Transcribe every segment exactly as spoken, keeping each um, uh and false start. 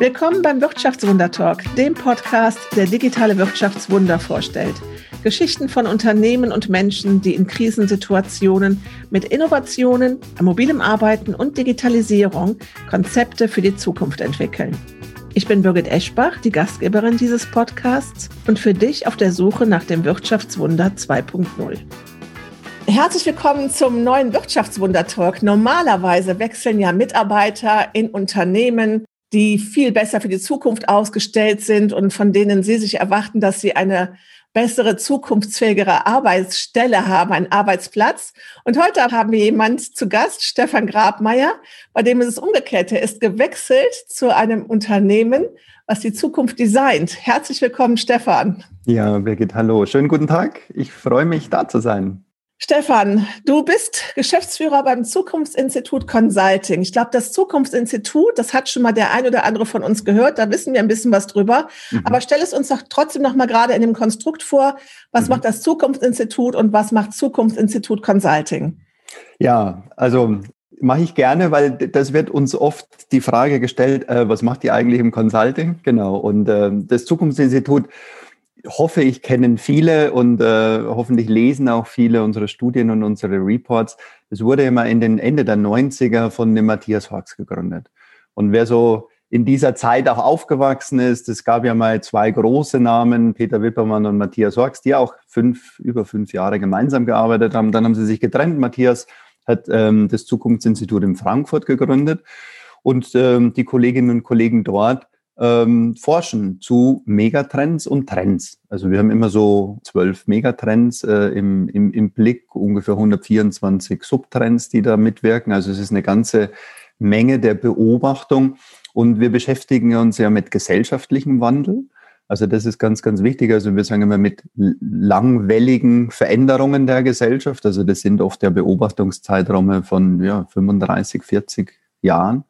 Willkommen beim Wirtschaftswunder-Talk, dem Podcast, der digitale Wirtschaftswunder vorstellt. Geschichten von Unternehmen und Menschen, die in Krisensituationen mit Innovationen, mobilem Arbeiten und Digitalisierung Konzepte für die Zukunft entwickeln. Ich bin Birgit Eschbach, die Gastgeberin dieses Podcasts und für dich auf der Suche nach dem Wirtschaftswunder zwei Punkt null. Herzlich willkommen zum neuen Wirtschaftswunder-Talk. Normalerweise wechseln ja Mitarbeiter in Unternehmen, die viel besser für die Zukunft ausgestellt sind und von denen Sie sich erwarten, dass sie eine bessere, zukunftsfähigere Arbeitsstelle haben, einen Arbeitsplatz. Und heute haben wir jemanden zu Gast, Stefan Grabmeier, bei dem ist es umgekehrt. Er ist gewechselt zu einem Unternehmen, was die Zukunft designt. Herzlich willkommen, Stefan. Ja, Birgit, hallo. Schönen guten Tag. Ich freue mich, da zu sein. Stefan, du bist Geschäftsführer beim Zukunftsinstitut Consulting. Ich glaube, das Zukunftsinstitut, das hat schon mal der ein oder andere von uns gehört. Da wissen wir ein bisschen was drüber. Mhm. Aber stell es uns doch trotzdem noch mal gerade in dem Konstrukt vor. Was mhm. macht das Zukunftsinstitut und was macht Zukunftsinstitut Consulting? Ja, also mache ich gerne, weil das wird uns oft die Frage gestellt, äh, was macht ihr eigentlich im Consulting? Genau. Und äh, das Zukunftsinstitut, hoffe ich, kennen viele und äh, hoffentlich lesen auch viele unsere Studien und unsere Reports. Es wurde immer in den Ende der neunziger von dem Matthias Horks gegründet. Und wer so in dieser Zeit auch aufgewachsen ist, es gab ja mal zwei große Namen, Peter Wippermann und Matthias Horks, die auch fünf, über fünf Jahre gemeinsam gearbeitet haben. Dann haben sie sich getrennt. Matthias hat ähm, das Zukunftsinstitut in Frankfurt gegründet und ähm, die Kolleginnen und Kollegen dort Ähm, forschen zu Megatrends und Trends. Also wir haben immer so zwölf Megatrends äh, im, im, im Blick, ungefähr hundertvierundzwanzig Subtrends, die da mitwirken. Also es ist eine ganze Menge der Beobachtung und wir beschäftigen uns ja mit gesellschaftlichem Wandel. Also das ist ganz, ganz wichtig. Also wir sagen immer mit langwelligen Veränderungen der Gesellschaft. Also das sind oft ja Beobachtungszeiträume von ja, fünfunddreißig, vierzig Jahren.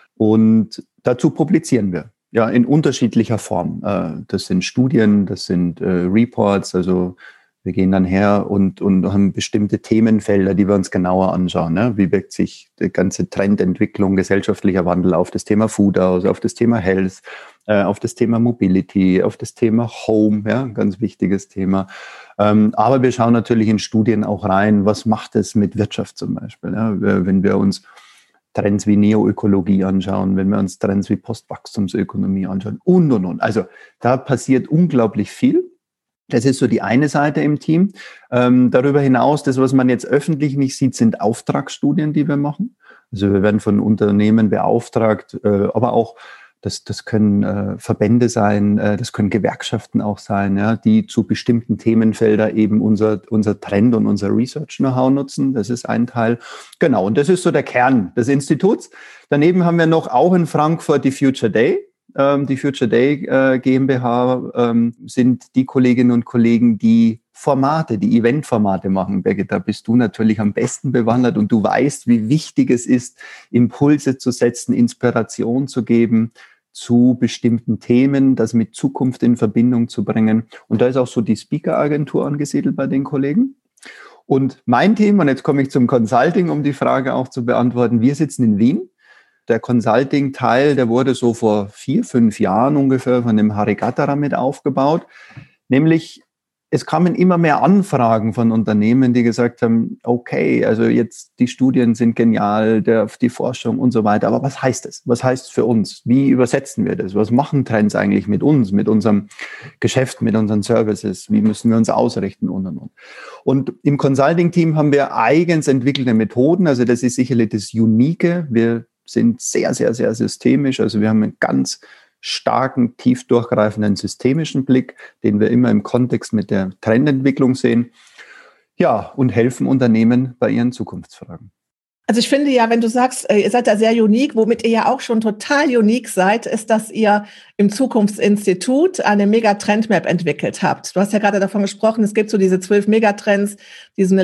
Und dazu publizieren wir. Ja, in unterschiedlicher Form. Das sind Studien, das sind Reports, also wir gehen dann her und, und haben bestimmte Themenfelder, die wir uns genauer anschauen. Ne? Wie wirkt sich die ganze Trendentwicklung, gesellschaftlicher Wandel auf das Thema Food aus, auf das Thema Health, auf das Thema Mobility, auf das Thema Home, ja, ganz wichtiges Thema. Aber wir schauen natürlich in Studien auch rein, was macht es mit Wirtschaft zum Beispiel, ja? Wenn wir uns Trends wie Neoökologie anschauen, wenn wir uns Trends wie Postwachstumsökonomie anschauen und, und, und. Also da passiert unglaublich viel. Das ist so die eine Seite im Team. Ähm, darüber hinaus, das, was man jetzt öffentlich nicht sieht, sind Auftragsstudien, die wir machen. Also wir werden von Unternehmen beauftragt, äh, aber auch Das, das können äh, Verbände sein, äh, das können Gewerkschaften auch sein, ja, die zu bestimmten Themenfeldern eben unser, unser Trend und unser Research-Know-how nutzen. Das ist ein Teil. Genau, und das ist so der Kern des Instituts. Daneben haben wir noch auch in Frankfurt die Future Day. Ähm, die Future Day äh, GmbH ähm, sind die Kolleginnen und Kollegen, die Formate, die Eventformate machen. Birgit, da bist du natürlich am besten bewandert und du weißt, wie wichtig es ist, Impulse zu setzen, Inspiration zu geben zu bestimmten Themen, das mit Zukunft in Verbindung zu bringen. Und da ist auch so die Speaker-Agentur angesiedelt bei den Kollegen. Und mein Team, und jetzt komme ich zum Consulting, um die Frage auch zu beantworten, wir sitzen in Wien. Der Consulting-Teil, der wurde so vor vier, fünf Jahren ungefähr von dem Harry Gatterer mit aufgebaut, nämlich es kamen immer mehr Anfragen von Unternehmen, die gesagt haben, okay, also jetzt die Studien sind genial, der, die Forschung und so weiter, aber was heißt das? Was heißt es für uns? Wie übersetzen wir das? Was machen Trends eigentlich mit uns, mit unserem Geschäft, mit unseren Services? Wie müssen wir uns ausrichten und, und, und. Und im Consulting-Team haben wir eigens entwickelte Methoden, also das ist sicherlich das Unique. Wir sind sehr, sehr, sehr systemisch, also wir haben einen ganz starken, tief durchgreifenden systemischen Blick, den wir immer im Kontext mit der Trendentwicklung sehen. Ja, und helfen Unternehmen bei ihren Zukunftsfragen. Also ich finde ja, wenn du sagst, ihr seid da sehr unique, womit ihr ja auch schon total unique seid, ist, dass ihr im Zukunftsinstitut eine Megatrendmap entwickelt habt. Du hast ja gerade davon gesprochen, es gibt so diese zwölf Megatrends, die so eine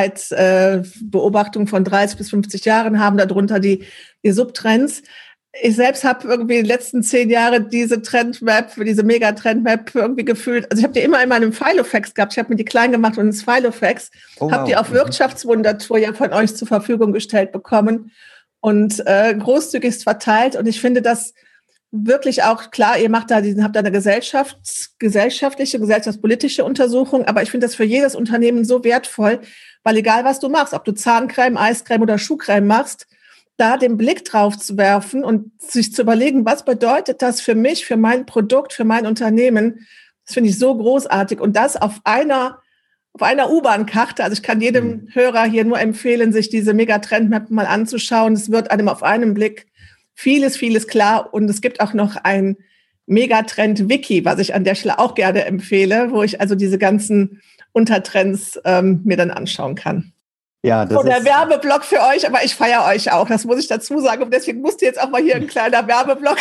Langzeitbeobachtung von dreißig bis fünfzig Jahren haben, darunter die, die Subtrends. Ich selbst habe irgendwie in den letzten zehn Jahren diese Trendmap, diese Mega-Trendmap irgendwie gefühlt. Also ich habe die immer in meinem Filofax gehabt. Ich habe mir die klein gemacht und ins Filofax. Oh, wow. Habe die auf Wirtschaftswundertour ja von euch zur Verfügung gestellt bekommen und äh, großzügigst verteilt. Und ich finde das wirklich auch, klar, ihr macht da, diesen, habt da eine Gesellschafts-, gesellschaftliche, gesellschaftspolitische Untersuchung, aber ich finde das für jedes Unternehmen so wertvoll, weil egal was du machst, ob du Zahncreme, Eiscreme oder Schuhcreme machst, da den Blick drauf zu werfen und sich zu überlegen, was bedeutet das für mich, für mein Produkt, für mein Unternehmen, das finde ich so großartig. Und das auf einer, auf einer U-Bahn-Karte. Also ich kann jedem mhm. Hörer hier nur empfehlen, sich diese Megatrend-Map mal anzuschauen. Es wird einem auf einen Blick vieles, vieles klar. Und es gibt auch noch ein Megatrend-Wiki, was ich an der Stelle auch gerne empfehle, wo ich also diese ganzen Untertrends ähm, mir dann anschauen kann. Ja, das so, der ist Werbeblock für euch, aber ich feiere euch auch, das muss ich dazu sagen. Und deswegen musste jetzt auch mal hier ein kleiner Werbeblock.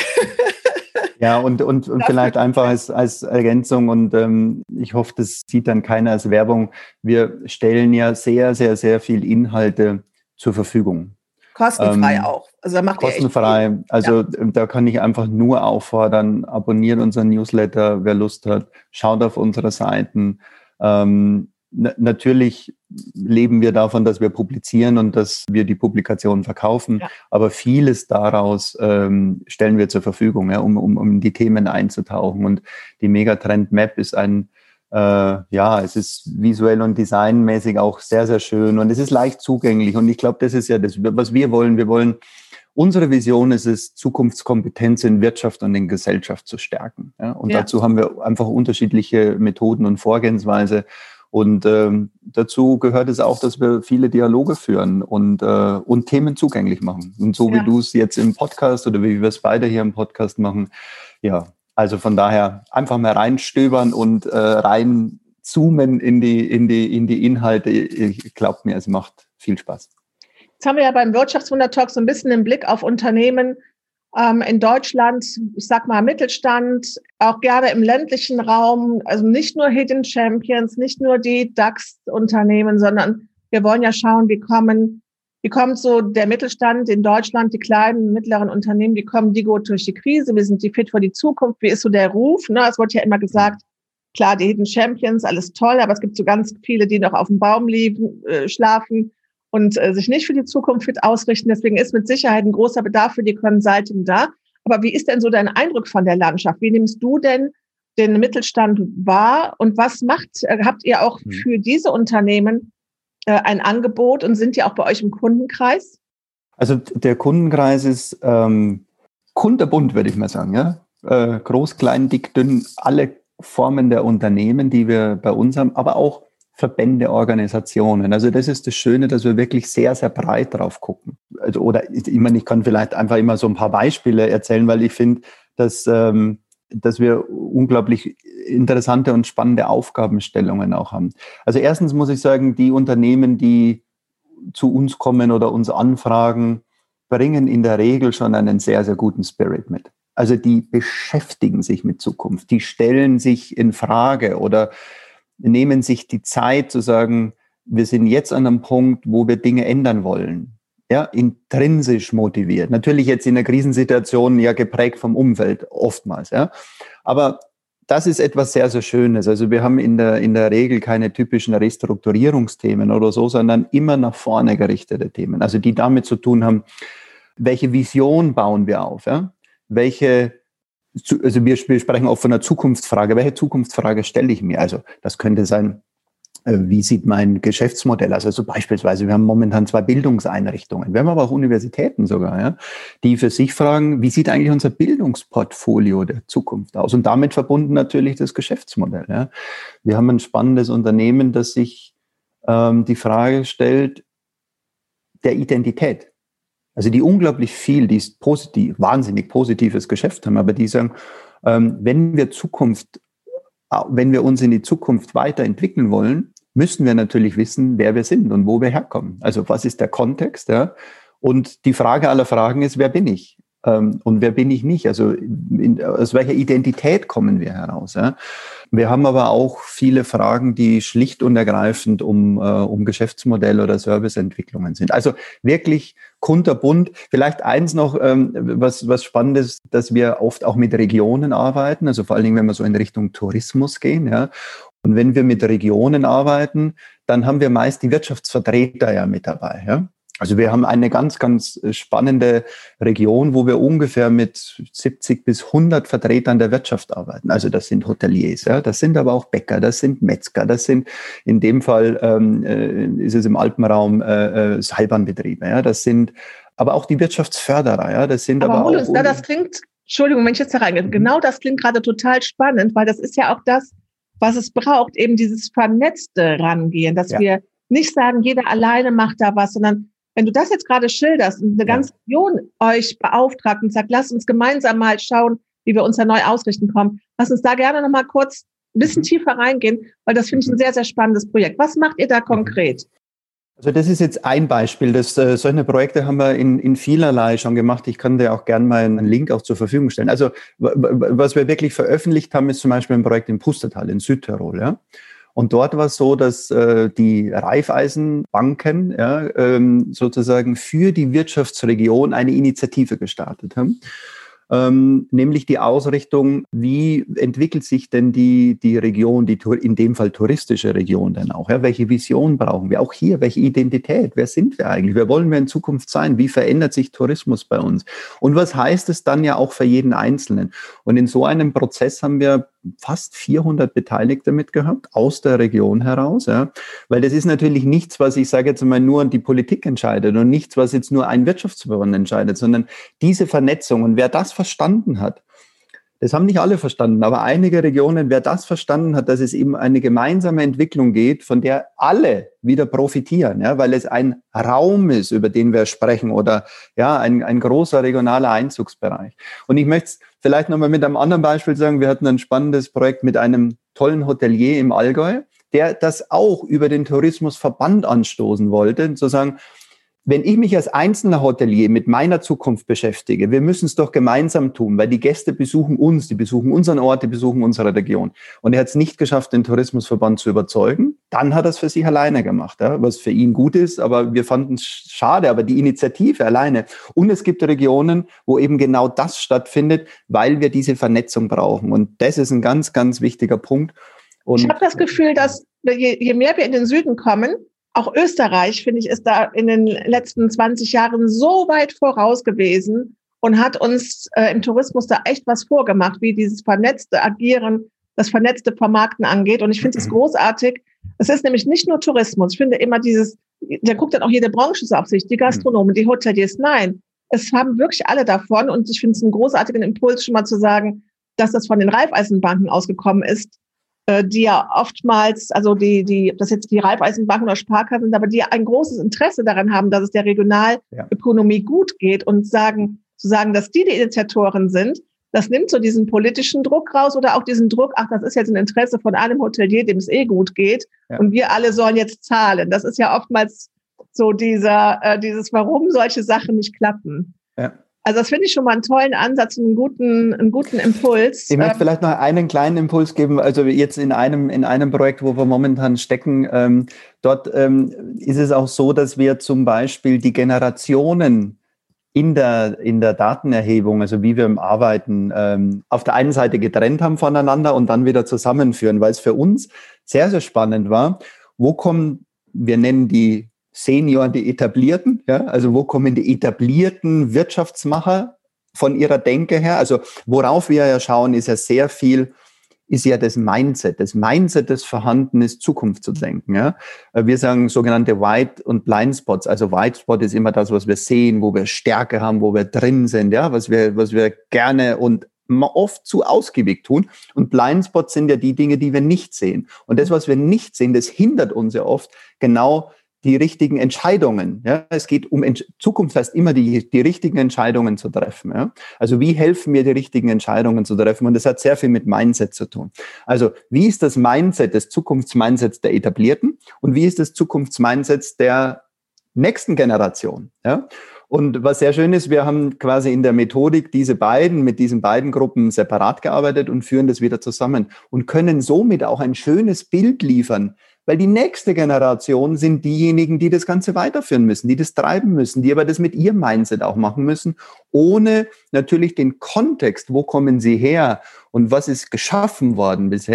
Ja, und, und, und vielleicht einfach als, als Ergänzung, und ähm, ich hoffe, das sieht dann keiner als Werbung. Wir stellen ja sehr, sehr, sehr viel Inhalte zur Verfügung. Kostenfrei ähm, auch. Also da macht kostenfrei. Ihr echt viel. Also ja. Da kann ich einfach nur auffordern, abonniert unseren Newsletter, wer Lust hat, schaut auf unsere Seiten. Ähm, n- natürlich leben wir davon, dass wir publizieren und dass wir die Publikationen verkaufen, ja. aber vieles daraus ähm, stellen wir zur Verfügung, ja, um, um, um in die Themen einzutauchen. Und die Megatrend Map ist ein Äh, ja, es ist visuell und designmäßig auch sehr, sehr schön und es ist leicht zugänglich. Und ich glaube, das ist ja das, was wir wollen. Wir wollen, unsere Vision ist es, Zukunftskompetenz in Wirtschaft und in Gesellschaft zu stärken. Ja? Und ja. dazu haben wir einfach unterschiedliche Methoden und Vorgehensweise. Und ähm, dazu gehört es auch, dass wir viele Dialoge führen und, äh, und Themen zugänglich machen. Und so ja. wie du es jetzt im Podcast oder wie wir es beide hier im Podcast machen, ja. Also von daher einfach mal reinstöbern und äh, reinzoomen in die, in die, in die Inhalte. Ich glaube mir, es macht viel Spaß. Jetzt haben wir ja beim Wirtschaftswunder-Talk so ein bisschen den Blick auf Unternehmen ähm, in Deutschland, ich sag mal Mittelstand, auch gerne im ländlichen Raum. Also nicht nur Hidden Champions, nicht nur die DAX-Unternehmen, sondern wir wollen ja schauen, wie kommen Wie kommt so der Mittelstand in Deutschland, die kleinen, mittleren Unternehmen, wie kommen die gut durch die Krise? Wie sind die fit für die Zukunft? Wie ist so der Ruf? Ne, es wurde ja immer gesagt, klar, die Hidden Champions, alles toll, aber es gibt so ganz viele, die noch auf dem Baum liegen, äh, schlafen und äh, sich nicht für die Zukunft fit ausrichten. Deswegen ist mit Sicherheit ein großer Bedarf für die Consulting da. Aber wie ist denn so dein Eindruck von der Landschaft? Wie nimmst du denn den Mittelstand wahr? Und was macht, äh, habt ihr auch für diese Unternehmen ein Angebot und sind die auch bei euch im Kundenkreis? Also der Kundenkreis ist ähm, kunterbunt, würde ich mal sagen. Ja? Äh, groß, klein, dick, dünn, alle Formen der Unternehmen, die wir bei uns haben, aber auch Verbände, Organisationen. Also das ist das Schöne, dass wir wirklich sehr, sehr breit drauf gucken. Also, oder ich meine, ich kann vielleicht einfach immer so ein paar Beispiele erzählen, weil ich finde, dass ähm, dass wir unglaublich interessante und spannende Aufgabenstellungen auch haben. Also erstens muss ich sagen, die Unternehmen, die zu uns kommen oder uns anfragen, bringen in der Regel schon einen sehr, sehr guten Spirit mit. Also die beschäftigen sich mit Zukunft, die stellen sich in Frage oder nehmen sich die Zeit zu sagen, wir sind jetzt an einem Punkt, wo wir Dinge ändern wollen. Ja, intrinsisch motiviert. Natürlich jetzt in einer Krisensituation ja geprägt vom Umfeld, oftmals. Ja. Aber das ist etwas sehr, sehr Schönes. Also wir haben in der, in der Regel keine typischen Restrukturierungsthemen oder so, sondern immer nach vorne gerichtete Themen. Also die damit zu tun haben, welche Vision bauen wir auf? Ja? Welche, also wir, wir sprechen auch von einer Zukunftsfrage. Welche Zukunftsfrage stelle ich mir? Also das könnte sein, wie sieht mein Geschäftsmodell aus? Also beispielsweise, wir haben momentan zwei Bildungseinrichtungen, wir haben aber auch Universitäten sogar, ja, die für sich fragen, wie sieht eigentlich unser Bildungsportfolio der Zukunft aus? Und damit verbunden natürlich das Geschäftsmodell. Ja. Wir haben ein spannendes Unternehmen, das sich ähm, die Frage stellt der Identität. Also die unglaublich viel, die ist positiv, wahnsinnig positives Geschäft haben, aber die sagen, ähm, wenn wir Zukunft Wenn wir uns in die Zukunft weiterentwickeln wollen, müssen wir natürlich wissen, wer wir sind und wo wir herkommen. Also was ist der Kontext? Ja? Und die Frage aller Fragen ist, wer bin ich? Ähm, und wer bin ich nicht? Also in, aus welcher Identität kommen wir heraus? Ja? Wir haben aber auch viele Fragen, die schlicht und ergreifend um, äh, um Geschäftsmodell oder Serviceentwicklungen sind. Also wirklich kunterbunt. Vielleicht eins noch, ähm, was, was spannend ist, dass wir oft auch mit Regionen arbeiten, also vor allen Dingen, wenn wir so in Richtung Tourismus gehen. Ja. Und wenn wir mit Regionen arbeiten, dann haben wir meist die Wirtschaftsvertreter ja mit dabei. Ja. Also wir haben eine ganz, ganz spannende Region, wo wir ungefähr mit siebzig bis hundert Vertretern der Wirtschaft arbeiten. Also das sind Hoteliers, ja, das sind aber auch Bäcker, das sind Metzger, das sind in dem Fall ähm, äh, ist es im Alpenraum äh, äh, Seilbahnbetriebe, ja, das sind aber auch die Wirtschaftsförderer, ja, das sind aber, aber hol auch... uns da, das klingt, Entschuldigung, wenn ich jetzt da reingehe, mhm. genau das klingt gerade total spannend, weil das ist ja auch das, was es braucht, eben dieses vernetzte Rangehen, dass ja. wir nicht sagen, jeder alleine macht da was, sondern wenn du das jetzt gerade schilderst und eine ja. ganze Region euch beauftragt und sagt, lasst uns gemeinsam mal schauen, wie wir uns da neu ausrichten kommen, lass uns da gerne noch mal kurz ein bisschen mhm. tiefer reingehen, weil das finde ich ein sehr, sehr spannendes Projekt. Was macht ihr da konkret? Also das ist jetzt ein Beispiel. Das, äh, solche Projekte haben wir in, in vielerlei schon gemacht. Ich kann dir auch gerne mal einen Link auch zur Verfügung stellen. Also w- w- was wir wirklich veröffentlicht haben, ist zum Beispiel ein Projekt im Pustertal in Südtirol, ja. Und dort war es so, dass äh, die Raiffeisenbanken ja, ähm, sozusagen für die Wirtschaftsregion eine Initiative gestartet haben. Ähm, nämlich die Ausrichtung, wie entwickelt sich denn die, die Region, die in dem Fall touristische Region denn auch? Ja? Welche Vision brauchen wir? Auch hier, welche Identität? Wer sind wir eigentlich? Wer wollen wir in Zukunft sein? Wie verändert sich Tourismus bei uns? Und was heißt es dann ja auch für jeden Einzelnen? Und in so einem Prozess haben wir fast vierhundert Beteiligte mitgehabt, aus der Region heraus, ja, weil das ist natürlich nichts, was ich sage jetzt mal nur die Politik entscheidet und nichts, was jetzt nur ein Wirtschaftsverband entscheidet, sondern diese Vernetzung und wer das verstanden hat, das haben nicht alle verstanden, aber einige Regionen, wer das verstanden hat, dass es eben eine gemeinsame Entwicklung geht, von der alle wieder profitieren, ja, weil es ein Raum ist, über den wir sprechen oder ja, ein, ein großer regionaler Einzugsbereich. Und ich möchte es vielleicht nochmal mit einem anderen Beispiel sagen, wir hatten ein spannendes Projekt mit einem tollen Hotelier im Allgäu, der das auch über den Tourismusverband anstoßen wollte, zu sagen, wenn ich mich als einzelner Hotelier mit meiner Zukunft beschäftige, wir müssen es doch gemeinsam tun, weil die Gäste besuchen uns, die besuchen unseren Ort, die besuchen unsere Region. Und er hat es nicht geschafft, den Tourismusverband zu überzeugen. Dann hat er es für sich alleine gemacht, ja, was für ihn gut ist, aber wir fanden es schade, aber die Initiative alleine. Und es gibt Regionen, wo eben genau das stattfindet, weil wir diese Vernetzung brauchen. Und das ist ein ganz, ganz wichtiger Punkt. Und ich habe das Gefühl, dass je, je mehr wir in den Süden kommen, auch Österreich, finde ich, ist da in den letzten zwanzig Jahren so weit voraus gewesen und hat uns äh, im Tourismus da echt was vorgemacht, wie dieses vernetzte Agieren, das vernetzte Vermarkten angeht. Und ich finde es großartig. Es ist nämlich nicht nur Tourismus. Ich finde immer dieses, da guckt dann auch jede Branche so auf sich, die Gastronomen, die Hoteliers. Nein, es haben wirklich alle davon. Und ich finde es einen großartigen Impuls, schon mal zu sagen, dass das von den Raiffeisenbanken ausgekommen ist, die ja oftmals, also die, die, ob das jetzt die Raiffeisenbanken oder Sparkassen sind, aber die ein großes Interesse daran haben, dass es der Regionalökonomie ja. gut geht und sagen, zu sagen, dass die die Initiatoren sind, das nimmt so diesen politischen Druck raus oder auch diesen Druck, ach, das ist jetzt ein Interesse von einem Hotelier, dem es eh gut geht ja. und wir alle sollen jetzt zahlen. Das ist ja oftmals so dieser, äh, dieses, warum solche Sachen nicht klappen. Ja. Also das finde ich schon mal einen tollen Ansatz und einen guten, einen guten Impuls. Ich möchte vielleicht noch einen kleinen Impuls geben. Also jetzt in einem, in einem Projekt, wo wir momentan stecken, ähm, dort ähm, ist es auch so, dass wir zum Beispiel die Generationen in der, in der Datenerhebung, also wie wir im Arbeiten, ähm, auf der einen Seite getrennt haben voneinander und dann wieder zusammenführen, weil es für uns sehr, sehr spannend war. Wo kommen, wir nennen die Senioren, die Etablierten, ja, also wo kommen die etablierten Wirtschaftsmacher von ihrer Denke her? Also worauf wir ja schauen, ist ja sehr viel, ist ja das Mindset. Das Mindset, das vorhanden ist, Zukunft zu denken. Ja. Wir sagen sogenannte White- und Blindspots. Also White Spot ist immer das, was wir sehen, wo wir Stärke haben, wo wir drin sind, ja, was wir, was wir gerne und oft zu ausgiebig tun. Und Blindspots sind ja die Dinge, die wir nicht sehen. Und das, was wir nicht sehen, das hindert uns ja oft genau die richtigen Entscheidungen. Ja, es geht um Ent- Zukunft heißt immer die die richtigen Entscheidungen zu treffen. Ja, also wie helfen mir die richtigen Entscheidungen zu treffen? Und das hat sehr viel mit Mindset zu tun. Also wie ist das Mindset des Zukunftsmindsets der Etablierten und wie ist das Zukunftsmindsets der nächsten Generation? Ja. Und was sehr schön ist, wir haben quasi in der Methodik diese beiden, mit diesen beiden Gruppen separat gearbeitet und führen das wieder zusammen und können somit auch ein schönes Bild liefern, weil die nächste Generation sind diejenigen, die das Ganze weiterführen müssen, die das treiben müssen, die aber das mit ihrem Mindset auch machen müssen, ohne natürlich den Kontext, wo kommen sie her und was ist geschaffen worden bisher,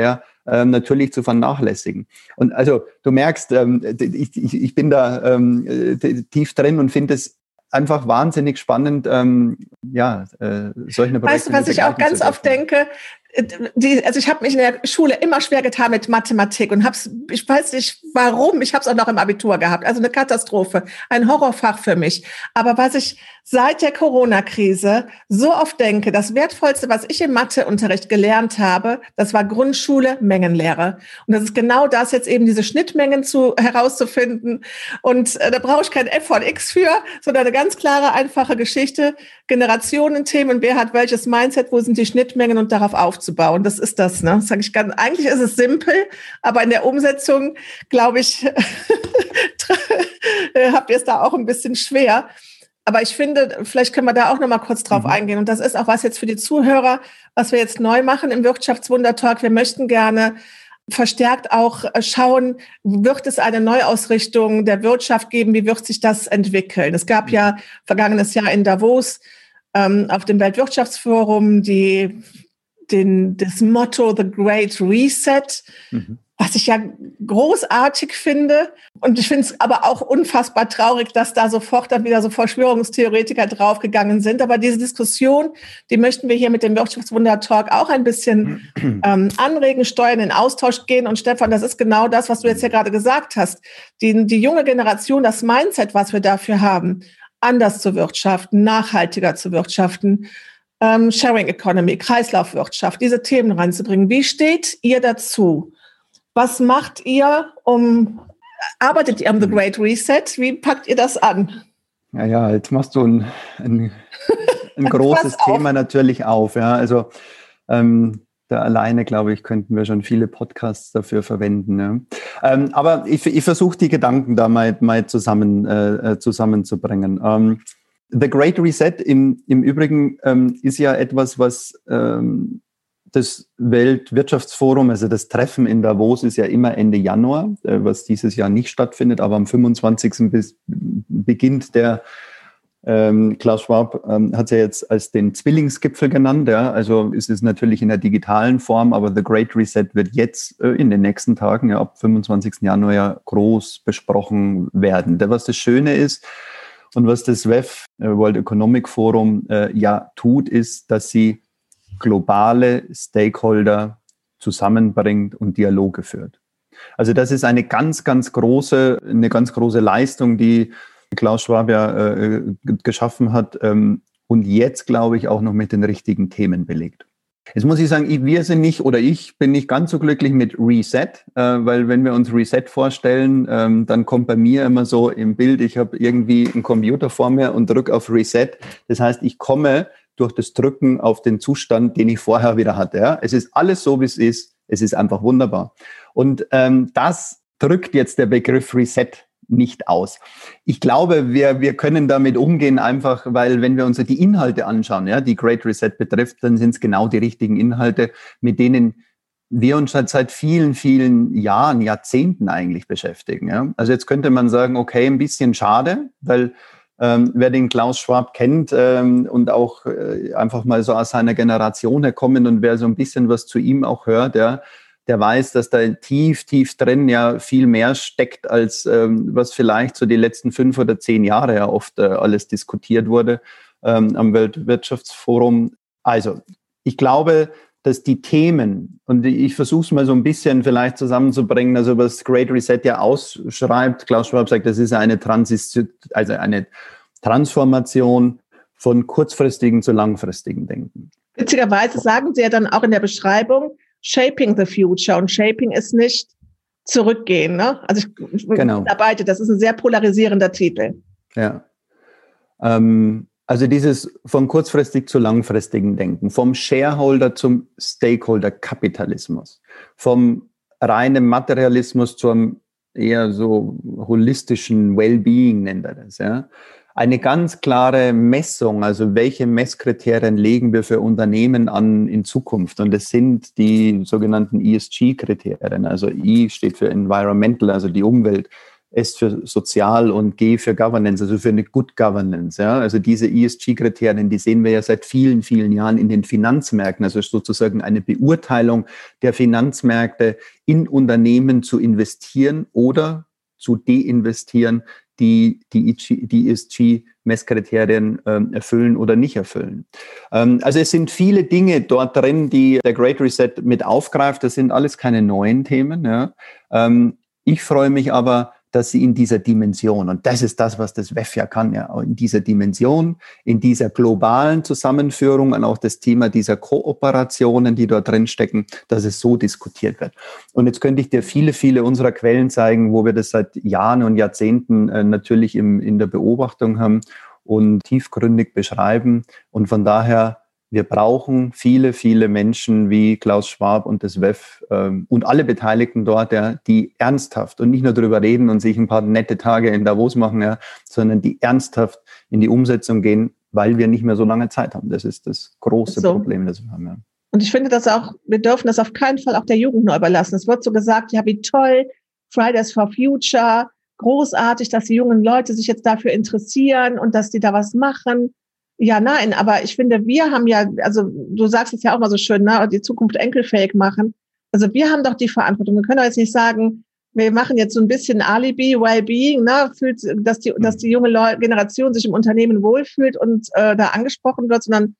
ähm, natürlich zu vernachlässigen. Und also du merkst, ähm, ich, ich, ich bin da ähm, tief drin und finde es einfach wahnsinnig spannend, ähm, ja, äh, solche Projekte. Weißt du, was ich auch ganz oft denke? Die, also ich habe mich in der Schule immer schwer getan mit Mathematik und hab's, ich weiß nicht warum, ich habe es auch noch im Abitur gehabt, also eine Katastrophe, ein Horrorfach für mich. Aber was ich seit der Corona-Krise so oft denke, das Wertvollste, was ich im Matheunterricht gelernt habe, das war Grundschule, Mengenlehre. Und das ist genau das, jetzt eben diese Schnittmengen zu herauszufinden. Und äh, da brauche ich kein F von X für, sondern eine ganz klare, einfache Geschichte, Generationenthemen, wer hat welches Mindset, wo sind die Schnittmengen und darauf aufzubauen. Das ist das, ne? Das sage ich ganz, eigentlich ist es simpel, aber in der Umsetzung, glaube ich, habt ihr es da auch ein bisschen schwer. Aber ich finde, vielleicht können wir da auch noch mal kurz drauf mhm. eingehen. Und das ist auch was jetzt für die Zuhörer, was wir jetzt neu machen im Wirtschaftswunder-Talk. Wir möchten gerne verstärkt auch schauen, wird es eine Neuausrichtung der Wirtschaft geben? Wie wird sich das entwickeln? Es gab ja vergangenes Jahr in Davos ähm, auf dem Weltwirtschaftsforum die, den, das Motto The Great Reset, mhm. was ich ja großartig finde. Und ich finde es aber auch unfassbar traurig, dass da sofort dann wieder so Verschwörungstheoretiker draufgegangen sind. Aber diese Diskussion, die möchten wir hier mit dem Wirtschaftswunder-Talk auch ein bisschen ähm, anregen, steuern, in Austausch gehen. Und Stefan, das ist genau das, was du jetzt ja gerade gesagt hast. Die, die junge Generation, das Mindset, was wir dafür haben, anders zu wirtschaften, nachhaltiger zu wirtschaften, ähm, Sharing Economy, Kreislaufwirtschaft, diese Themen reinzubringen. Wie steht ihr dazu? Was macht ihr, um, arbeitet ihr am The Great Reset? Wie packt ihr das an? Ja, ja, jetzt machst du ein, ein, ein großes Thema natürlich auf. Ja, also ähm, da alleine, glaube ich, könnten wir schon viele Podcasts dafür verwenden. Ja. Ähm, aber ich, ich versuche die Gedanken da mal, mal zusammen, äh, zusammenzubringen. Ähm, The Great Reset im, im Übrigen ähm, ist ja etwas, was ähm, das Weltwirtschaftsforum, also das Treffen in Davos ist ja immer Ende Januar, äh, was dieses Jahr nicht stattfindet, aber am fünfundzwanzigsten Bis, beginnt der, ähm, Klaus Schwab ähm, hat es ja jetzt als den Zwillingsgipfel genannt, ja, also ist es natürlich in der digitalen Form, aber The Great Reset wird jetzt äh, in den nächsten Tagen, ja, ab fünfundzwanzigsten Januar ja groß besprochen werden. Da, was das Schöne ist und was das W E F, äh, World Economic Forum, äh, ja tut, ist, dass sie globale Stakeholder zusammenbringt und Dialoge führt. Also das ist eine ganz, ganz große, eine ganz große Leistung, die Klaus Schwab ja äh, geschaffen hat ähm, und jetzt, glaube ich, auch noch mit den richtigen Themen belegt. Jetzt muss ich sagen, ich, wir sind nicht, oder ich bin nicht ganz so glücklich mit Reset, äh, weil wenn wir uns Reset vorstellen, ähm, dann kommt bei mir immer so im Bild, ich habe irgendwie einen Computer vor mir und drücke auf Reset. Das heißt, ich komme durch das Drücken auf den Zustand, den ich vorher wieder hatte. Ja? Es ist alles so, wie es ist. Es ist einfach wunderbar. Und ähm, das drückt jetzt der Begriff Reset nicht aus. Ich glaube, wir, wir können damit umgehen, einfach weil, wenn wir uns die Inhalte anschauen, ja, die Great Reset betrifft, dann sind es genau die richtigen Inhalte, mit denen wir uns seit, seit vielen, vielen Jahren, Jahrzehnten eigentlich beschäftigen. Ja? Also jetzt könnte man sagen, okay, ein bisschen schade, weil Ähm, wer den Klaus Schwab kennt ähm, und auch äh, einfach mal so aus seiner Generation herkommen und wer so ein bisschen was zu ihm auch hört, ja, der weiß, dass da tief, tief drin ja viel mehr steckt, als ähm, was vielleicht so die letzten fünf oder zehn Jahre ja oft äh, alles diskutiert wurde ähm, am Weltwirtschaftsforum. Also, ich glaube, dass die Themen, und ich versuche es mal so ein bisschen vielleicht zusammenzubringen, also was Great Reset ja ausschreibt, Klaus Schwab sagt, das ist eine Transition, also eine Transformation von kurzfristigen zu langfristigen Denken. Witzigerweise sagen Sie ja dann auch in der Beschreibung, Shaping the Future, und Shaping ist nicht zurückgehen, ne? Also ich genau. arbeite, das ist ein sehr polarisierender Titel. Ja. Ähm, Also dieses von kurzfristig zu langfristigen Denken, vom Shareholder zum Stakeholder-Kapitalismus, vom reinen Materialismus zum eher so holistischen Wellbeing, nennt er das. Ja. Eine ganz klare Messung, also welche Messkriterien legen wir für Unternehmen an in Zukunft? Und das sind die sogenannten E S G-Kriterien. Also E steht für Environmental, also die Umwelt. S für Sozial und G für Governance, also für eine Good Governance. Ja? Also diese E S G-Kriterien, die sehen wir ja seit vielen, vielen Jahren in den Finanzmärkten, also sozusagen eine Beurteilung der Finanzmärkte in Unternehmen zu investieren oder zu deinvestieren, die die, die E S G-Messkriterien ähm, erfüllen oder nicht erfüllen. Ähm, also es sind viele Dinge dort drin, die der Great Reset mit aufgreift. Das sind alles keine neuen Themen. Ja. Ähm, ich freue mich aber, dass sie in dieser Dimension, und das ist das, was das W E F ja kann, ja, in dieser Dimension, in dieser globalen Zusammenführung und auch das Thema dieser Kooperationen, die dort drin stecken, dass es so diskutiert wird. Und jetzt könnte ich dir viele, viele unserer Quellen zeigen, wo wir das seit Jahren und Jahrzehnten äh, natürlich im, in der Beobachtung haben und tiefgründig beschreiben. Und von daher, wir brauchen viele, viele Menschen wie Klaus Schwab und das W E F ähm, und alle Beteiligten dort, ja, die ernsthaft und nicht nur darüber reden und sich ein paar nette Tage in Davos machen, ja, sondern die ernsthaft in die Umsetzung gehen, weil wir nicht mehr so lange Zeit haben. Das ist das große so. Problem, das wir haben. Ja. Und ich finde das auch, wir dürfen das auf keinen Fall auch der Jugend nur überlassen. Es wird so gesagt, ja, wie toll, Fridays for Future, großartig, dass die jungen Leute sich jetzt dafür interessieren und dass die da was machen. Ja, nein, aber ich finde, wir haben ja, also du sagst es ja auch mal so schön, ne, die Zukunft enkelfähig machen. Also wir haben doch die Verantwortung. Wir können doch jetzt nicht sagen, wir machen jetzt so ein bisschen Alibi, Wellbeing, ne, fühlt, dass die, dass die junge Leute, Generation sich im Unternehmen wohlfühlt und äh, da angesprochen wird, sondern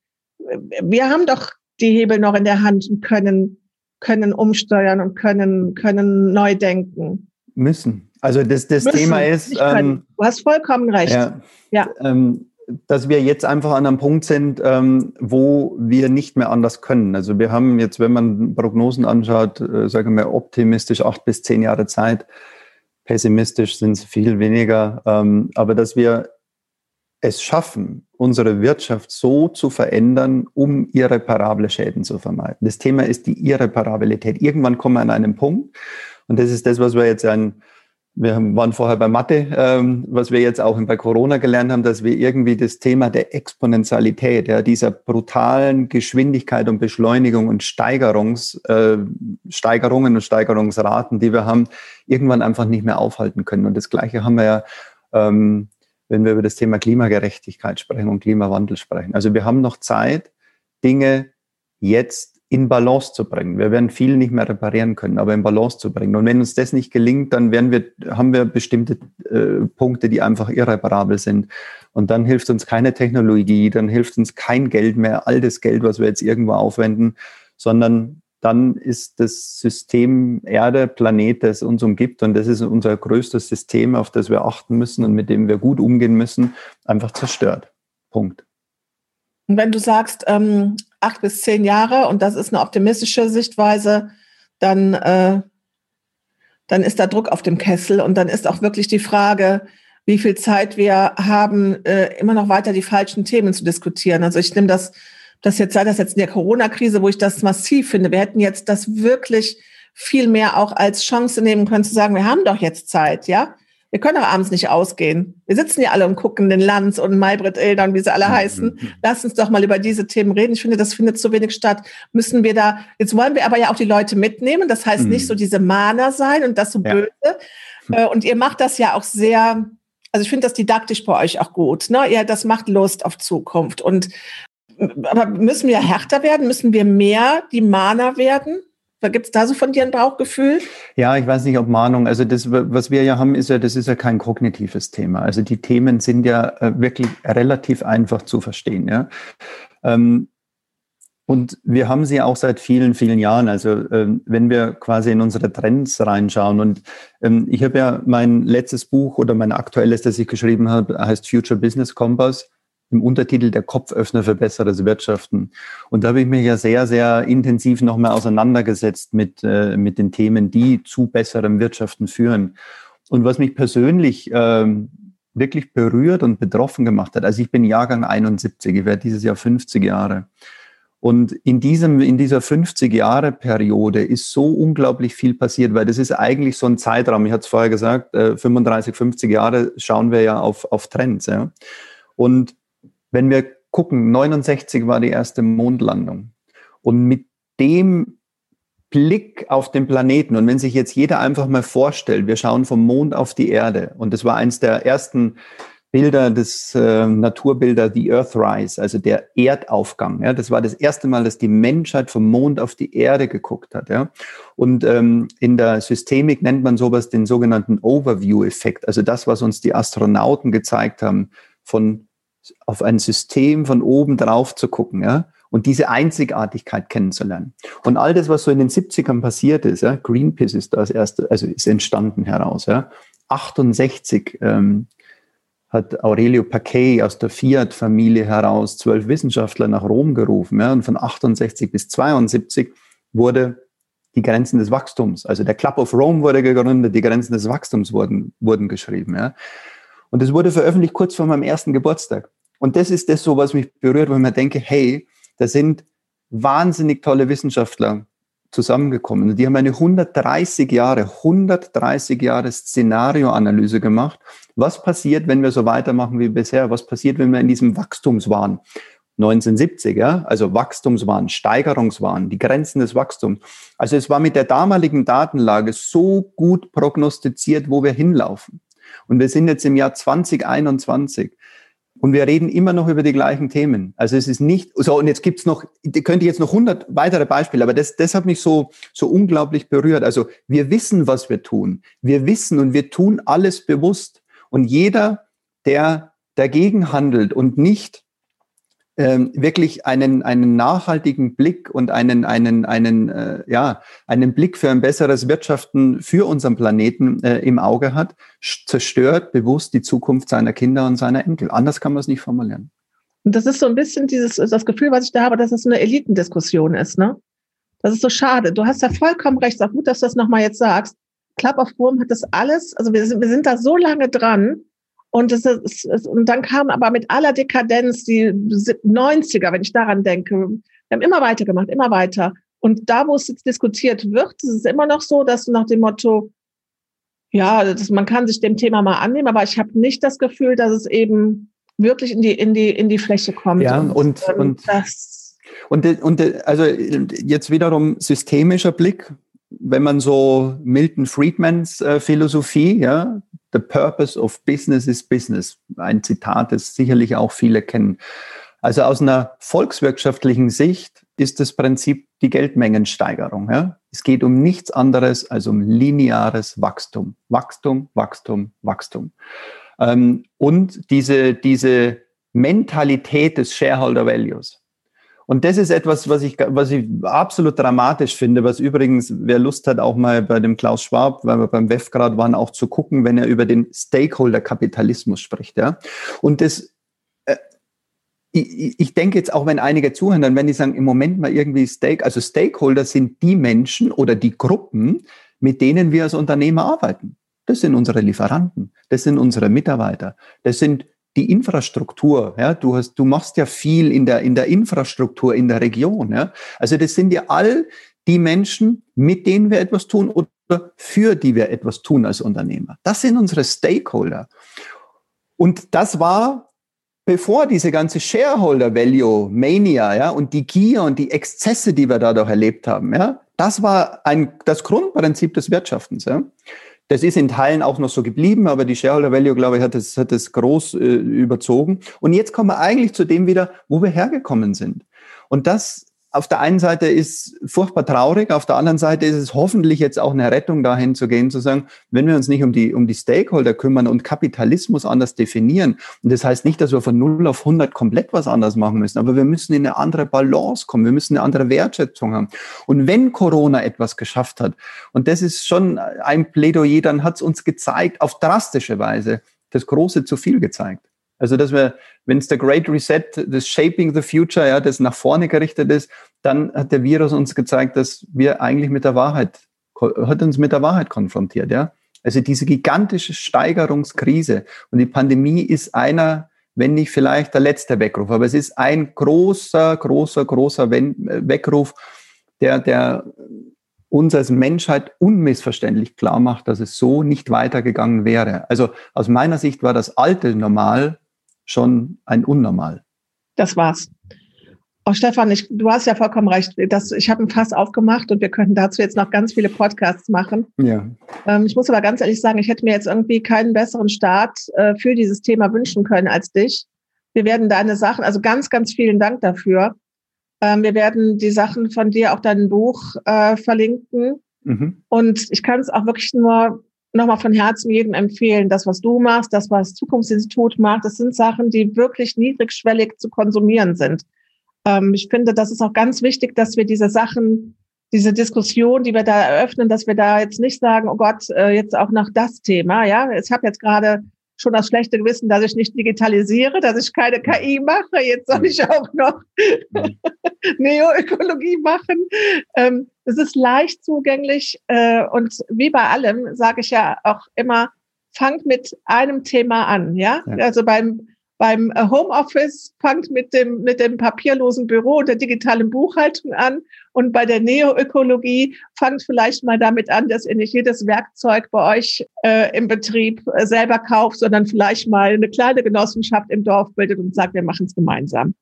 wir haben doch die Hebel noch in der Hand und können, können umsteuern und können, können neu denken. Müssen. Also das, das Müssen, Thema ist, ähm, du hast vollkommen recht. Ja. ja. Ähm, dass wir jetzt einfach an einem Punkt sind, ähm, wo wir nicht mehr anders können. Also wir haben jetzt, wenn man Prognosen anschaut, äh, sagen wir optimistisch acht bis zehn Jahre Zeit, pessimistisch sind es viel weniger, ähm, aber dass wir es schaffen, unsere Wirtschaft so zu verändern, um irreparable Schäden zu vermeiden. Das Thema ist die Irreparabilität. Irgendwann kommen wir an einen Punkt, und das ist das, was wir jetzt ein Wir waren vorher bei Mathe, ähm, was wir jetzt auch bei Corona gelernt haben, dass wir irgendwie das Thema der Exponentialität, ja, dieser brutalen Geschwindigkeit und Beschleunigung und Steigerungs, äh, Steigerungen und Steigerungsraten, die wir haben, irgendwann einfach nicht mehr aufhalten können. Und das Gleiche haben wir ja, ähm, wenn wir über das Thema Klimagerechtigkeit sprechen und Klimawandel sprechen. Also wir haben noch Zeit, Dinge jetzt in Balance zu bringen. Wir werden viel nicht mehr reparieren können, aber in Balance zu bringen. Und wenn uns das nicht gelingt, dann werden wir, haben wir bestimmte äh, Punkte, die einfach irreparabel sind. Und dann hilft uns keine Technologie, dann hilft uns kein Geld mehr, all das Geld, was wir jetzt irgendwo aufwenden, sondern dann ist das System Erde, Planet, das uns umgibt, und das ist unser größtes System, auf das wir achten müssen und mit dem wir gut umgehen müssen, einfach zerstört. Punkt. Und wenn du sagst, ähm, acht bis zehn Jahre, und das ist eine optimistische Sichtweise, dann, äh, dann ist da Druck auf dem Kessel, und dann ist auch wirklich die Frage, wie viel Zeit wir haben, äh, immer noch weiter die falschen Themen zu diskutieren. Also ich nehme das, das jetzt, sei das jetzt in der Corona-Krise, wo ich das massiv finde. Wir hätten jetzt das wirklich viel mehr auch als Chance nehmen können, zu sagen, wir haben doch jetzt Zeit, ja? Wir können doch abends nicht ausgehen. Wir sitzen ja alle und gucken den Lanz und Maybrit Illner und wie sie alle heißen. Lass uns doch mal über diese Themen reden. Ich finde, das findet zu wenig statt. Müssen wir da, jetzt wollen wir aber ja auch die Leute mitnehmen. Das heißt, nicht so diese Mahner sein und das so böse. Ja. Und ihr macht das ja auch sehr, also ich finde das didaktisch bei euch auch gut, ne? Ja, das macht Lust auf Zukunft. Und, aber müssen wir härter werden? Müssen wir mehr die Mahner werden? Gibt es da so von dir ein Bauchgefühl? Ja, ich weiß nicht, ob Mahnung, also das, was wir ja haben, ist ja, das ist ja kein kognitives Thema. Also die Themen sind ja wirklich relativ einfach zu verstehen, ja. Und wir haben sie auch seit vielen, vielen Jahren. Also wenn wir quasi in unsere Trends reinschauen, und ich habe ja mein letztes Buch oder mein aktuelles, das ich geschrieben habe, heißt Future Business Compass, im Untertitel der Kopföffner für besseres Wirtschaften. Und da habe ich mich ja sehr, sehr intensiv nochmal auseinandergesetzt mit, äh, mit den Themen, die zu besserem Wirtschaften führen. Und was mich persönlich ähm, wirklich berührt und betroffen gemacht hat, also ich bin Jahrgang einundsiebzig, ich werde dieses Jahr fünfzig Jahre. Und in diesem, in dieser fünfzig-Jahre-Periode ist so unglaublich viel passiert, weil das ist eigentlich so ein Zeitraum, ich hatte es vorher gesagt, äh, fünfunddreißig, fünfzig Jahre schauen wir ja auf, auf Trends. Ja. Und wenn wir gucken, neunundsechzig war die erste Mondlandung. Und mit dem Blick auf den Planeten, und wenn sich jetzt jeder einfach mal vorstellt, wir schauen vom Mond auf die Erde, und das war eins der ersten Bilder des äh, Naturbilder, The Earthrise, also der Erdaufgang. Ja, das war das erste Mal, dass die Menschheit vom Mond auf die Erde geguckt hat. Ja, und ähm, in der Systemik nennt man sowas den sogenannten Overview-Effekt, also das, was uns die Astronauten gezeigt haben, von auf ein System von oben drauf zu gucken, ja, und diese Einzigartigkeit kennenzulernen. Und all das, was so in den siebzigern passiert ist, ja, Greenpeace ist das erste, also ist entstanden heraus. Ja, achtundsechzig ähm, hat Aurelio Paccei aus der Fiat-Familie heraus zwölf Wissenschaftler nach Rom gerufen. Ja, und von achtundsechzig bis zweiundsiebzig wurde die Grenzen des Wachstums, also der Club of Rome wurde gegründet, die Grenzen des Wachstums wurden, wurden geschrieben. Ja. Und das wurde veröffentlicht kurz vor meinem ersten Geburtstag. Und das ist das so, was mich berührt, wo ich mir denke, hey, da sind wahnsinnig tolle Wissenschaftler zusammengekommen. Und die haben eine hundertdreißig Jahre, hundertdreißig Jahre Szenarioanalyse gemacht. Was passiert, wenn wir so weitermachen wie bisher? Was passiert, wenn wir in diesem Wachstumswahn neunzehnhundertsiebzig, ja, also Wachstumswahn, Steigerungswahn, die Grenzen des Wachstums. Also es war mit der damaligen Datenlage so gut prognostiziert, wo wir hinlaufen. Und wir sind jetzt im Jahr zwanzig einundzwanzig. Und wir reden immer noch über die gleichen Themen. Also es ist nicht so, und jetzt gibt's noch, könnte ich jetzt noch hundert weitere Beispiele, aber das, das hat mich so, so unglaublich berührt. Also wir wissen, was wir tun. Wir wissen und wir tun alles bewusst. Und jeder, der dagegen handelt und nicht ähm, wirklich einen, einen nachhaltigen Blick und einen, einen, einen, äh, ja, einen Blick für ein besseres Wirtschaften für unseren Planeten äh, im Auge hat, zerstört bewusst die Zukunft seiner Kinder und seiner Enkel. Anders kann man es nicht formulieren. Und das ist so ein bisschen dieses, das Gefühl, was ich da habe, dass es eine Elitendiskussion ist, ne? Das ist so schade. Du hast ja vollkommen recht. Auch gut, dass du das nochmal jetzt sagst. Club of Rome hat das alles, also wir sind, wir sind da so lange dran. Und, es ist, es, und dann kam aber mit aller Dekadenz die neunziger, wenn ich daran denke. Wir haben immer weitergemacht, immer weiter. Und da, wo es jetzt diskutiert wird, ist es immer noch so, dass nach dem Motto, ja, das, man kann sich dem Thema mal annehmen, aber ich habe nicht das Gefühl, dass es eben wirklich in die, in die, in die Fläche kommt. Ja, und, und, ähm, und, das und, und also jetzt wiederum systemischer Blick, wenn man so Milton Friedmans äh, Philosophie, ja, The purpose of business is business. Ein Zitat, das sicherlich auch viele kennen. Also aus einer volkswirtschaftlichen Sicht ist das Prinzip die Geldmengensteigerung. Ja? Es geht um nichts anderes als um lineares Wachstum. Wachstum, Wachstum, Wachstum. Ähm, und diese, diese Mentalität des Shareholder Values. Und das ist etwas, was ich, was ich absolut dramatisch finde, was übrigens, wer Lust hat, auch mal bei dem Klaus Schwab, weil wir beim W E F gerade waren, auch zu gucken, wenn er über den Stakeholder-Kapitalismus spricht. Ja. Und das, äh, ich, ich denke jetzt auch, wenn einige zuhören, dann wenn die sagen, im Moment mal irgendwie Stake, also Stakeholder sind die Menschen oder die Gruppen, mit denen wir als Unternehmer arbeiten. Das sind unsere Lieferanten, das sind unsere Mitarbeiter, das sind die Infrastruktur, ja, du hast, du machst ja viel in der, in der Infrastruktur in der Region, ja. Also das sind ja all die Menschen, mit denen wir etwas tun oder für die wir etwas tun als Unternehmer. Das sind unsere Stakeholder. Und das war, bevor diese ganze Shareholder Value Mania, ja, und die Gier und die Exzesse, die wir dadurch erlebt haben, ja, das war ein, das Grundprinzip des Wirtschaftens, ja. Das ist in Teilen auch noch so geblieben, aber die Shareholder Value, glaube ich, hat das, hat das groß äh, überzogen. Und jetzt kommen wir eigentlich zu dem wieder, wo wir hergekommen sind. Und das auf der einen Seite ist furchtbar traurig, auf der anderen Seite ist es hoffentlich jetzt auch eine Rettung, dahin zu gehen, zu sagen, wenn wir uns nicht um die, um die Stakeholder kümmern und Kapitalismus anders definieren, und das heißt nicht, dass wir von null auf hundert komplett was anders machen müssen, aber wir müssen in eine andere Balance kommen, wir müssen eine andere Wertschätzung haben. Und wenn Corona etwas geschafft hat, und das ist schon ein Plädoyer, dann hat es uns gezeigt, auf drastische Weise, das große zu viel gezeigt. Also, dass wir, wenn es der Great Reset, das Shaping the Future, ja, das nach vorne gerichtet ist, dann hat der Virus uns gezeigt, dass wir eigentlich mit der Wahrheit, hat uns mit der Wahrheit konfrontiert, ja. Also diese gigantische Steigerungskrise. Und die Pandemie ist einer, wenn nicht vielleicht der letzte Weckruf, aber es ist ein großer, großer, großer Weckruf, der, der uns als Menschheit unmissverständlich klar macht, dass es so nicht weitergegangen wäre. Also aus meiner Sicht war das alte Normal schon ein Unnormal. Das war's. Oh, Stefan, ich, du hast ja vollkommen recht. Das, ich habe ein Fass aufgemacht und wir könnten dazu jetzt noch ganz viele Podcasts machen. Ja. Ähm, ich muss aber ganz ehrlich sagen, ich hätte mir jetzt irgendwie keinen besseren Start äh, für dieses Thema wünschen können als dich. Wir werden deine Sachen, also ganz, ganz vielen Dank dafür. Ähm, wir werden die Sachen von dir, auch dein Buch äh, verlinken. Mhm. Und ich kann es auch wirklich nur nochmal von Herzen jedem empfehlen. Das, was du machst, das, was das Zukunftsinstitut macht, das sind Sachen, die wirklich niedrigschwellig zu konsumieren sind. Ich finde, das ist auch ganz wichtig, dass wir diese Sachen, diese Diskussion, die wir da eröffnen, dass wir da jetzt nicht sagen, oh Gott, jetzt auch noch das Thema. Ja, ich habe jetzt gerade schon das schlechte Gewissen, dass ich nicht digitalisiere, dass ich keine K I mache. Jetzt soll ich auch noch mhm. Neoökologie machen. Es ist leicht zugänglich und wie bei allem sage ich ja auch immer, fangt mit einem Thema an. Ja, ja. Also beim Beim Homeoffice fangt mit dem, mit dem papierlosen Büro und der digitalen Buchhaltung an. Und bei der Neoökologie fangt vielleicht mal damit an, dass ihr nicht jedes Werkzeug bei euch äh, im Betrieb äh, selber kauft, sondern vielleicht mal eine kleine Genossenschaft im Dorf bildet und sagt, wir machen es gemeinsam.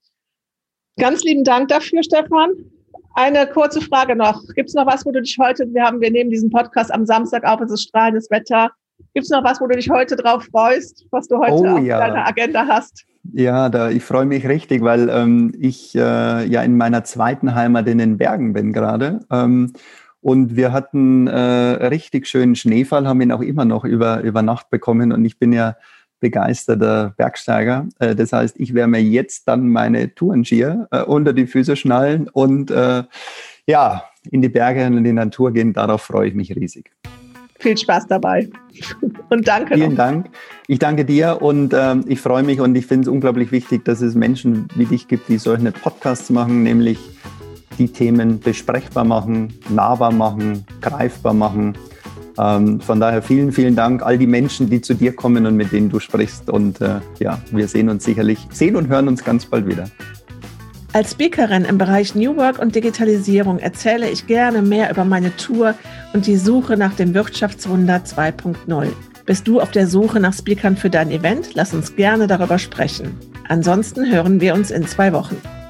Ganz lieben Dank dafür, Stefan. Eine kurze Frage noch. Gibt es noch was, wo du dich heute, wir haben, wir nehmen diesen Podcast am Samstag auf, es ist strahlendes Wetter. Gibt es noch was, wo du dich heute drauf freust, was du heute oh, auf ja. deiner Agenda hast? Ja, da, ich freue mich richtig, weil ähm, ich äh, ja in meiner zweiten Heimat in den Bergen bin gerade. Ähm, und wir hatten äh, richtig schönen Schneefall, haben ihn auch immer noch über, über Nacht bekommen. Und ich bin ja begeisterter Bergsteiger. Äh, das heißt, ich werde mir jetzt dann meine Tourenskier äh, unter die Füße schnallen und äh, ja, in die Berge und in die Natur gehen. Darauf freue ich mich riesig. Viel Spaß dabei und danke. Vielen noch. Dank. Ich danke dir und ähm, ich freue mich und ich finde es unglaublich wichtig, dass es Menschen wie dich gibt, die solche Podcasts machen, nämlich die Themen besprechbar machen, nahbar machen, greifbar machen. Ähm, von daher vielen, vielen Dank all die Menschen, die zu dir kommen und mit denen du sprichst und äh, ja, wir sehen uns sicherlich, sehen und hören uns ganz bald wieder. Als Speakerin im Bereich New Work und Digitalisierung erzähle ich gerne mehr über meine Tour und die Suche nach dem Wirtschaftswunder zwei Punkt null. Bist du auf der Suche nach Speakern für dein Event? Lass uns gerne darüber sprechen. Ansonsten hören wir uns in zwei Wochen.